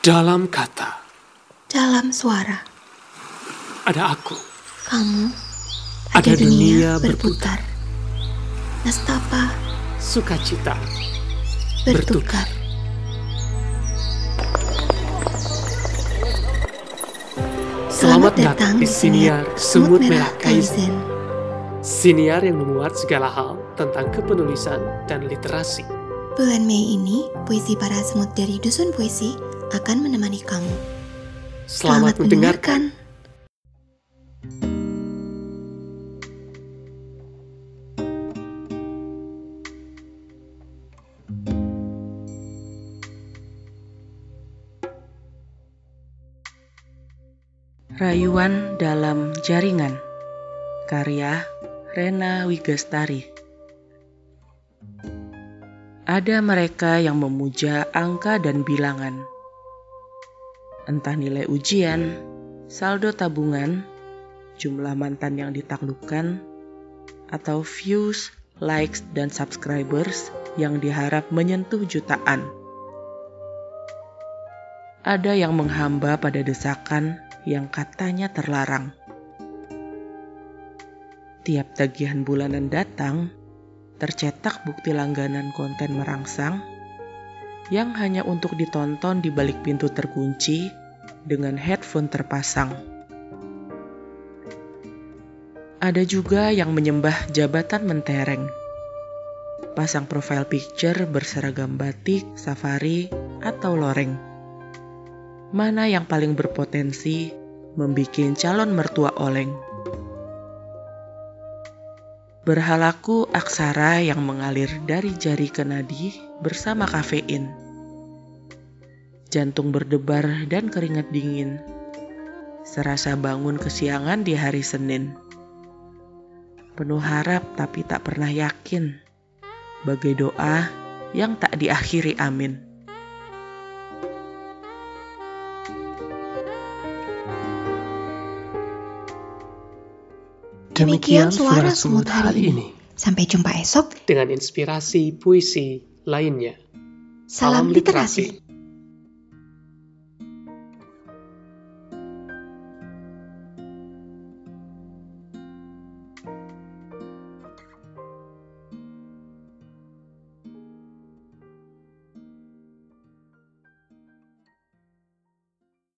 Dalam kata, dalam suara, ada aku. kamu, Ada dunia berputar. Nastapa Sukacita bertukar. Selamat datang di Siniar Semut Merah Kaizen. Siniar yang memuat segala hal tentang kepenulisan dan literasi. Bulan Mei ini, puisi para semut dari Dusun Puisi akan menemani kamu. Selamat mendengarkan. Rayuan dalam Jaringan, karya Rena Wigastari. Ada mereka yang memuja angka dan bilangan, entah nilai ujian, saldo tabungan, jumlah mantan yang ditaklukkan, atau views, likes, dan subscribers yang diharap menyentuh jutaan. Ada yang menghamba pada desakan yang katanya terlarang. Tiap tagihan bulanan datang, tercetak bukti langganan konten merangsang yang hanya untuk ditonton di balik pintu terkunci dengan headphone terpasang. Ada juga yang menyembah jabatan mentereng, pasang profile picture berseragam batik, safari, atau loreng. Mana yang paling berpotensi membikin calon mertua oleng? Berhalaku aksara yang mengalir dari jari ke nadi bersama kafein. Jantung berdebar dan keringat dingin, serasa bangun kesiangan di hari Senin. Penuh harap tapi tak pernah yakin, bagai doa yang tak diakhiri amin. Demikian suara semut hari ini. Sampai jumpa esok. Dengan inspirasi puisi lainnya. Salam literasi.